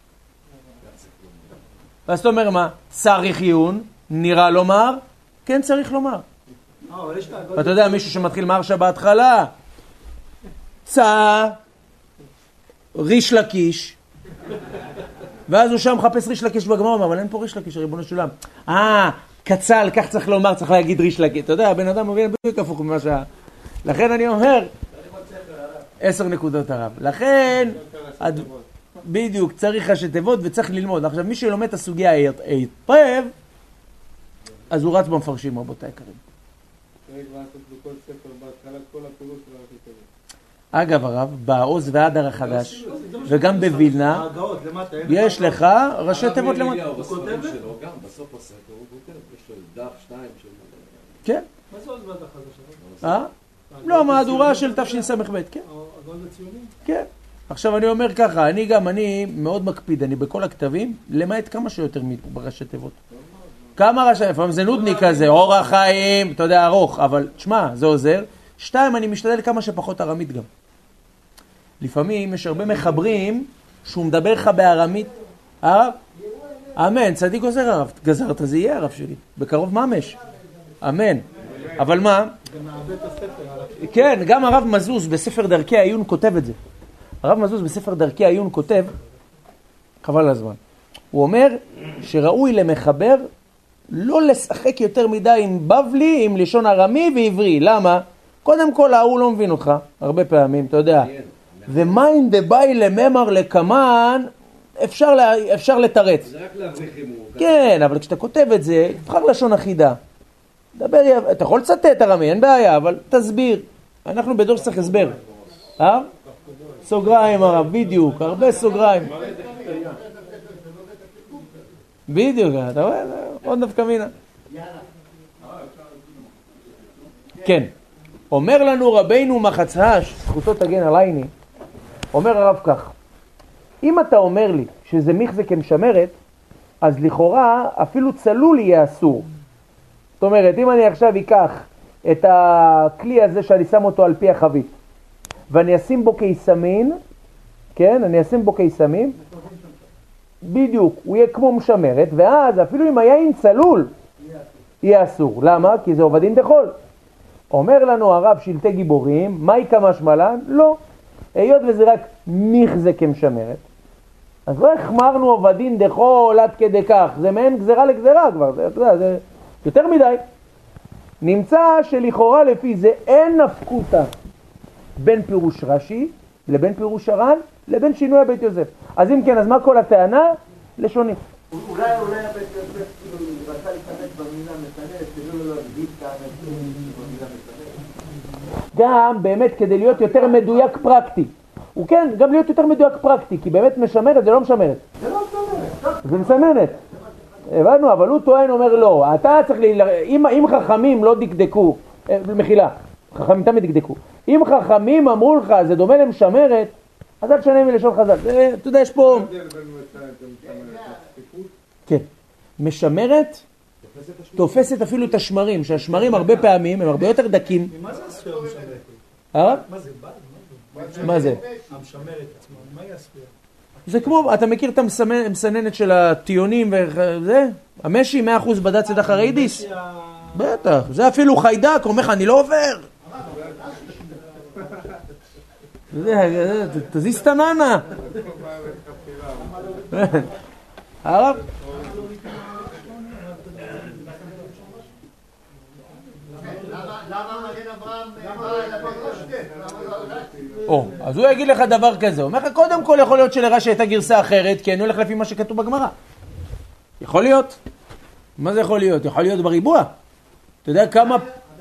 ואז אתה אומר מה? צריך עיון, נראה לומר, כן צריך לומר. אתה יודע, מישהו שמתחיל מהרש"א בהתחלה, צע, ריש לקיש, ואז הוא שם מחפש ריש לקיש בגמרא, אבל אין פה ריש לקיש, ריבונו של עולם. קצל, כך צריך לומר, צריך להגיד ריש לקיש. אתה יודע, הבן אדם מבין בדיוק הפוך ממה שה... לכן אני אומר, 10 נקודות הרב. לכן, בדיוק, צריך ראשי תיבות וצריך ללמוד. עכשיו, מי שלומד את הסוגיה היטב, אז הוא רץ במפרשים, רבותי יקרים. צריך לעשות בכל ספר בהתחלה כל הפירוש של ראשי תיבות. אגב הרב, בעוז והדר החדש, וגם בווילנה, יש לך ראשי תיבות למטה. הוא כותב שלו, גם בסוף הספר הוא כותב, יש לו דף 2 של... כן. מה זה עוז והדר חדש? לא, מהדורה של תשס"ב, כן. הגאות הציונים? כן. עכשיו אני אומר ככה, אני מאוד מקפיד, אני בכל הכתבים, למעט כמה שיותר בראשי תיבות. כמה ראשי, לפעמים זה נודני כזה, אורח חיים, אתה יודע, ארוך, אבל תשמע, זה עוזר. 2, אני משתדל כמה שפחות ארמית גם. לפעמים יש הרבה מחברים שהוא מדבר לך בארמית. הרב? אמן, צדיק עוזר הרב. גזרת, זה יהיה הרב שלי. בקרוב ממש. אמן. אבל מה? כן, גם הרב מזוז בספר דרכי העיון כותב את זה. הרב מזוז בספר דרכי העיון כותב, חבל הזמן. הוא אומר שראוי למחבר לא לשחק יותר מדי עם בבלי, עם לשון ארמי ועברי. למה? קודם כל, ההוא לא מבין אותך, הרבה פעמים, אתה יודע. ומיין דבאי לממר לקמן, אפשר לתרץ. זה רק להבריך אם הוא... כן, אבל כשאתה כותב את זה, תבחר לשון אחידה. אתה יכול לצטט ארמי, אין בעיה, אבל תסביר. אנחנו בדור שצריך הסבר. סוגריים הרב, בדיוק, הרבה סוגריים. בדיוק, אתה רואה? עוד נפקא מינה. כן. אומר לנו רבינו מחצהש, זכותו תגן עלייני, אומר הרב כך, אם אתה אומר לי שזה מיחזק כמשמרת, אז לכאורה אפילו צלול יהיה אסור. זאת אומרת, אם אני עכשיו אקח את הכלי הזה שאני שם אותו על פי החבית, ואני אשים בו קיסמין, כן, אני אשים בו קיסמים, בדיוק, הוא יהיה כמו משמרת, ואז אפילו אם היין צלול, יהיה אסור. למה? כי זה עובדין דחול. אומר לנו הרב שלטי גיבורים, מהי כמה שמלן? לא. היות וזה רק מיחזק כמשמרת, אז לא החמרנו עובדין דחול עד כדי כך, זה מעין גזרה לגזרה כבר, זה, אתה יודע, זה יותר מדי. נמצא שלכאורה לפי זה אין נפקותה בין פירוש רש"י לבין פירוש הר"ן לבין שינוי הבית יוסף. אז אם כן, אז מה כל הטענה? לשונים. אולי הבית יוסף כאילו רצה להשתמש במילה מסננת, כדי לא להגדיל טענת במילה מסננת. גם באמת כדי להיות יותר מדויק פרקטי. הוא כן, גם להיות יותר מדויק פרקטי, כי באמת משמרת זה לא משמרת. זה לא מסננת. זה מסננת. הבנו, אבל הוא טוען, אומר לא, אתה צריך אם חכמים לא דקדקו, מחילה, חכמים תמיד דקדקו. אם חכמים אמרו לך, זה דומה למשמרת, אז אל תשנה מלשון חז"ל. אתה יודע, יש פה... כן. משמרת תופסת אפילו את השמרים, שהשמרים הרבה פעמים הם הרבה יותר דקים. מה זה הספירה משמרת? מה זה? מה זה? המשמרת עצמה, מה היא הספירה? זה כמו, אתה מכיר את המסננת של הטיונים וזה? המשי 100% בד"ץ ידך הריידיס? בטח, זה אפילו חיידק, אומר לך, אני לא עובר. תזיז את הננה. הרב? למה מגן אז הוא יגיד לך דבר כזה, הוא אומר לך, קודם כל יכול להיות שלרש"י הייתה גרסה אחרת, כי אני הולך לפי מה שכתוב בגמרא. יכול להיות. מה זה יכול להיות? יכול להיות בריבוע. אתה יודע כמה...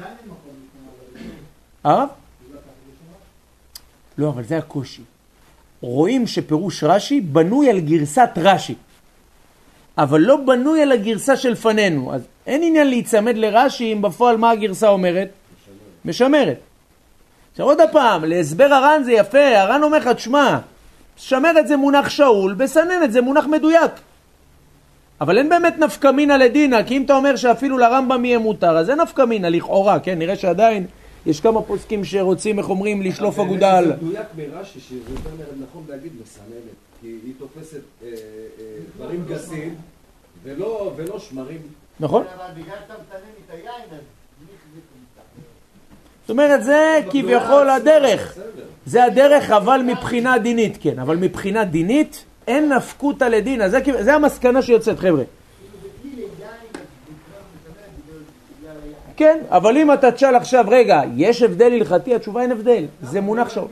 לא, אבל זה הקושי. רואים שפירוש רש"י בנוי על גרסת רש"י, אבל לא בנוי על הגרסה של פנינו. אז אין עניין להיצמד לרש"י אם בפועל מה הגרסה אומרת? משמרת. עכשיו עוד הפעם, להסבר הר"ן זה יפה, הר"ן אומר לך, תשמע, שמרת זה מונח שאול, בסננת זה מונח מדויק. אבל אין באמת נפקא מינה לדינה, כי אם אתה אומר שאפילו לרמב"ם יהיה מותר, אז זה נפקא מינה לכאורה, כן? נראה שעדיין יש כמה פוסקים שרוצים, איך אומרים, לשלוף אגודה על... זה מדויק מרש"י, שזה יותר נכון להגיד מסננת, כי היא תופסת דברים גסים ולא שמרים. נכון? אבל בגלל שאתה מסנן את היין, אז זאת אומרת, זה כביכול הדרך. זה הדרך, אבל מבחינה דינית, כן. אבל מבחינה דינית, אין נפקותא לדינה. זה המסקנה שיוצאת, חבר'ה. כן, אבל אם אתה תשאל עכשיו, רגע, יש הבדל הלכתי? התשובה אין הבדל. זה מונח שעות.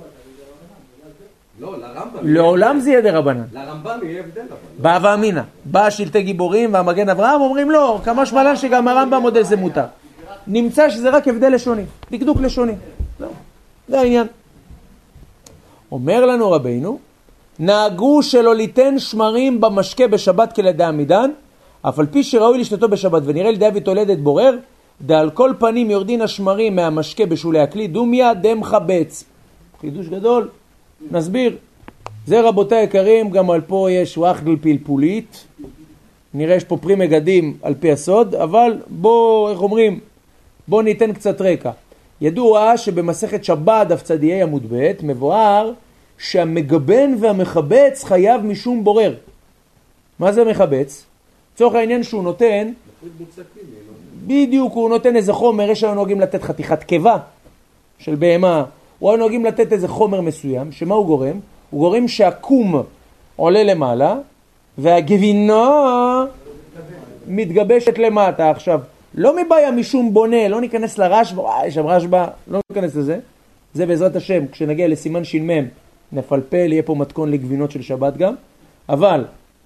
לא, לרמב"ם. לעולם זה יהיה דרבנן. לרמב"ם יהיה הבדל. בא ואמינה. בא שלטי גיבורים והמגן אברהם, אומרים לא, כמה שמלן שגם הרמב"ם מודל זה מותר. נמצא שזה רק הבדל לשוני, דקדוק לשוני. זה העניין. אומר לנו רבינו, נהגו שלא ליתן שמרים במשקה בשבת כלדעמידן, אף על פי שראוי לשתתו בשבת, ונראה לדוד תולדת בורר, דעל כל פנים יורדין השמרים מהמשקה בשולי הכלי, דומיה דם חבץ. חידוש גדול, נסביר. זה רבותיי היקרים, גם על פה יש וואחדל פלפולית, נראה יש פה פרי מגדים על פי הסוד, אבל בוא, איך אומרים, בוא ניתן קצת רקע. ידוע שבמסכת שבת דף צדיעי עמוד ב' מבואר שהמגבן והמחבץ חייב משום בורר. מה זה מחבץ? צורך העניין שהוא נותן, בדיוק הוא נותן איזה חומר, יש לנו נוהגים לתת חתיכת קיבה של בהמה, או נוהגים לתת איזה חומר מסוים, שמה הוא גורם? הוא גורם שהקום עולה למעלה, והגבינה מתגבשת למטה. עכשיו, לא מבעיה משום בונה, לא ניכנס לרשב"א, יש שם רשב"א, לא ניכנס לזה. זה בעזרת השם, כשנגיע לסימן ש"מ, נפלפל, יהיה פה מתכון לגבינות של שבת גם. אבל...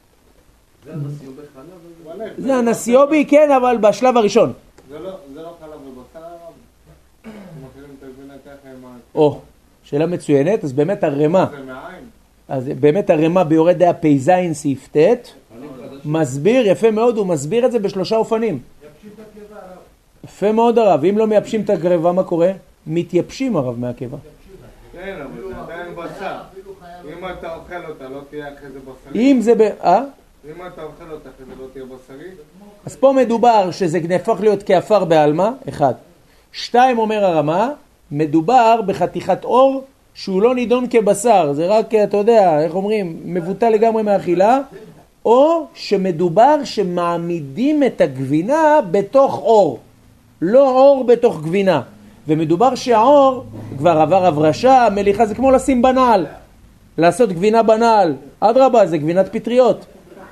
זה הנסיובי, כן, אבל בשלב הראשון. זה לא חלב ובשר, הם מכירים את הגבינה ככה עם ה... או, שאלה מצוינת, אז באמת הרמה... זה מעין. אז באמת הרמה ביורד דעה פ"ז סעיף ט' מסביר, יפה מאוד, הוא מסביר את זה בשלושה אופנים. יפה מאוד הרב, אם לא מייבשים את הגרבה, מה קורה? מתייבשים הרב מהקיבה. כן, אבל זה עדיין בשר. אם אתה אוכל אותה, לא תהיה אחרי זה בשרי. אם זה אם אתה אוכל אותה, אחרי זה לא תהיה בשרי. אז פה מדובר שזה נהפך להיות כאפר בעלמה, אחד. שתיים, אומר הרמה, מדובר בחתיכת אור שהוא לא נידון כבשר, זה רק, אתה יודע, איך אומרים, מבוטל לגמרי מהאכילה, או שמדובר שמעמידים את הגבינה בתוך אור, לא אור בתוך גבינה. ומדובר שהאור כבר עבר הברשה, מליחה, זה כמו לשים בנעל, לעשות גבינה בנעל. אדרבה, זה גבינת פטריות.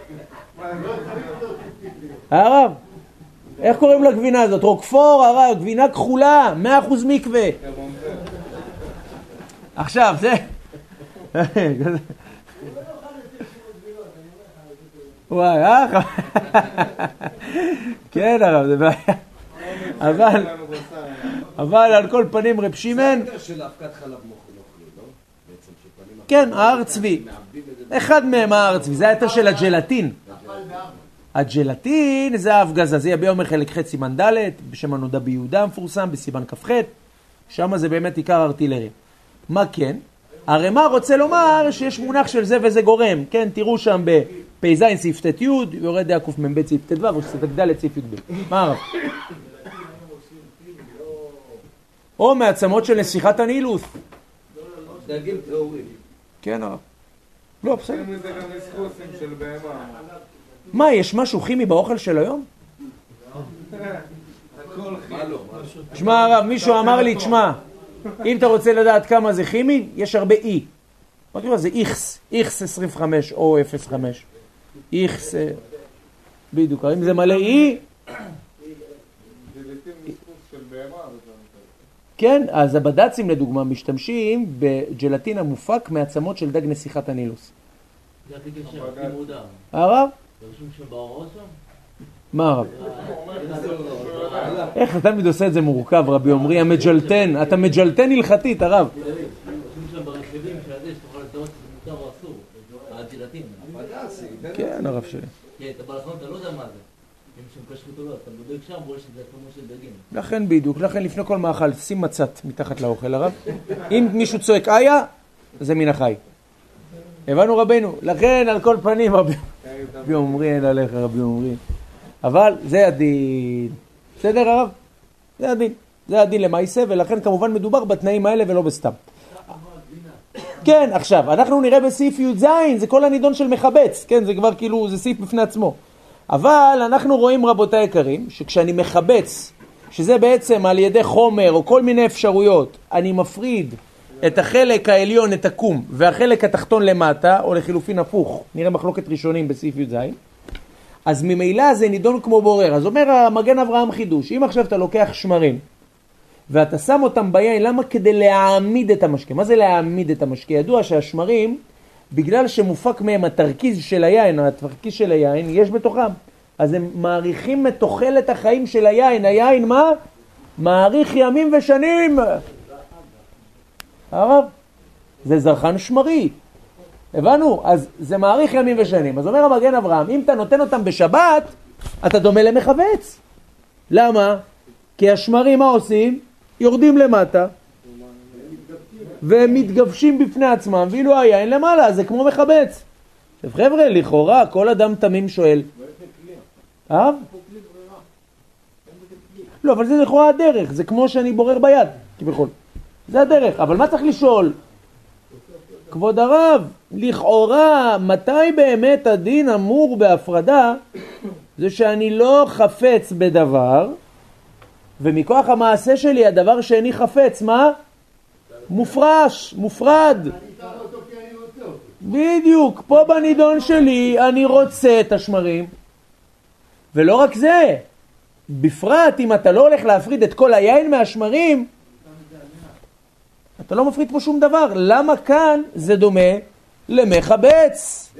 הרב, איך קוראים לגבינה הזאת? רוקפור, הרב, גבינה כחולה, 100% מקווה. עכשיו, זה... וואי, כן הרב, זה בעיה. אבל על כל פנים רב שמעון... זה של האבקת חלב מוכלי, לא? כן, ההר צבי. אחד מהם ההר צבי, זה היתר של הג'לטין. הג'לטין זה ההפגזה, זה יביע אומר חלק ח' סימן ד' בשם הנודע ביהודה המפורסם בסימן כ"ח, שם זה באמת עיקר ארטילריה. מה כן? הרמ"א רוצה לומר שיש מונח של זה וזה גורם, כן, תראו שם בפ"ז סעיף ט' י' יורד דעה קמ"ב סעיף ט' ו' או שספק ד' סעיף י"ב. מה הרב? או מעצמות של נסיכת הנילוס. דגים טהורים. כן הרב. לא, בסדר. זה גם מסחוסים של בהמה. מה, יש משהו כימי באוכל של היום? מה לא? תשמע הרב, מישהו אמר לי, תשמע, אם אתה רוצה לדעת כמה זה כימי, יש הרבה אי. מה קורה? זה איכס, איכס 25 או 05. איכס, בדיוק, אם זה מלא אי... זה לעתים מסחוס של בהמה. כן, אז הבד"צים לדוגמה משתמשים בג'לטין המופק מעצמות של דג נסיכת הנילוס. זה הכי קשר, הכי מודע. הרב? תרשום שבהוראות שם? מה הרב? איך אתה תמיד עושה את זה מורכב, רבי עומרי, המג'לטן, אתה מג'לטן הלכתית, הרב. תרשום שם ברכיבים של הדש, תוכל לטעות שזה מותר או אסור, הג'לטין. כן, הרב שלי. כן, אתה בלחון, אתה לא יודע מה זה. אם שם כשרות או לא, אתה בודק שם, רואה שזה כמו של דגים. לכן בדיוק, לכן לפני כל מאכל, שים מצת מתחת לאוכל, הרב. אם מישהו צועק איה, זה מן החי. הבנו רבינו, לכן על כל פנים רבי עומרי, אין עליך רבי עומרי. אבל זה הדין. בסדר הרב? זה הדין. זה הדין למעשה, ולכן כמובן מדובר בתנאים האלה ולא בסתם. כן, עכשיו, אנחנו נראה בסעיף י"ז, זה כל הנידון של מחבץ. כן, זה כבר כאילו, זה סעיף בפני עצמו. אבל אנחנו רואים רבותיי יקרים, שכשאני מחבץ, שזה בעצם על ידי חומר או כל מיני אפשרויות, אני מפריד את החלק העליון, את הקום, והחלק התחתון למטה, או לחילופין הפוך, נראה מחלוקת ראשונים בסעיף י"ז, אז ממילא זה נידון כמו בורר. אז אומר המגן אברהם חידוש, אם עכשיו אתה לוקח שמרים, ואתה שם אותם ביין, למה? כדי להעמיד את המשקה. מה זה להעמיד את המשקה? ידוע שהשמרים, בגלל שמופק מהם התרכיז של היין, התרכיז של היין, יש בתוכם. אז הם מעריכים את תוחלת החיים של היין. היין מה? מעריך ימים ושנים. הרב, זה זרחן שמרי. הבנו? אז זה מעריך ימים ושנים. אז אומר המגן אברהם, אם אתה נותן אותם בשבת, אתה דומה למחבץ. למה? כי השמרים מה עושים? יורדים למטה, והם מתגבשים בפני עצמם, ואילו היין למעלה, זה כמו מחבץ. חבר'ה, לכאורה, כל אדם תמים שואל. לא, אבל זה לכאורה הדרך, זה כמו שאני בורר ביד, כביכול. זה הדרך, אבל מה צריך לשאול? כבוד הרב, לכאורה, מתי באמת הדין אמור בהפרדה, זה שאני לא חפץ בדבר, ומכוח המעשה שלי, הדבר שאיני חפץ, מה? מופרש, מופרד. בדיוק, פה בנידון שלי אני רוצה את השמרים. ולא רק זה, בפרט אם אתה לא הולך להפריד את כל היין מהשמרים, אתה לא מפריד פה שום דבר. למה כאן זה דומה למחבץ?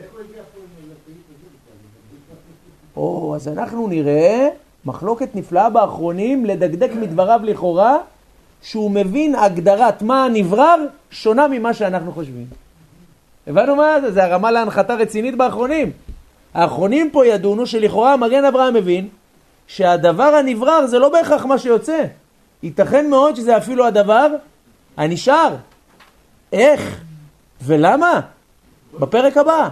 אז אנחנו נראה מחלוקת נפלאה באחרונים, לדקדק מדבריו לכאורה, שהוא מבין הגדרת מה הנברר שונה ממה שאנחנו חושבים. הבנו מה זה? זה הרמה להנחתה רצינית באחרונים. האחרונים פה ידונו שלכאורה מגן אברהם מבין שהדבר הנברר זה לא בהכרח מה שיוצא. ייתכן מאוד שזה אפילו הדבר הנשאר. איך? ולמה? בפרק הבא.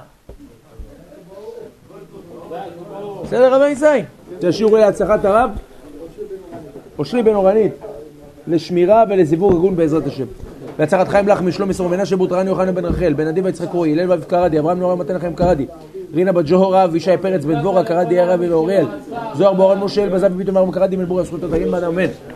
בסדר רבי ישראל? זה שיעור להצלחת הרב אושרי בן אורנית לשמירה ולזיווג ארגון בעזרת השם. להצלחת חיים לחמי שלומי סור מנשה בוטרני יוחנן בן רחל בן עדי ויצחק רועי הלל ואביב קרדי אברהם נורא מתן לכם קרדי רינה בת ג'והרה וישי פרץ בן דבורה קרדי הרבי ואוריאל זוהר באורן משה אלבזב וביטון מרום קרדי מלבוריה זכותות הגים בן אמן.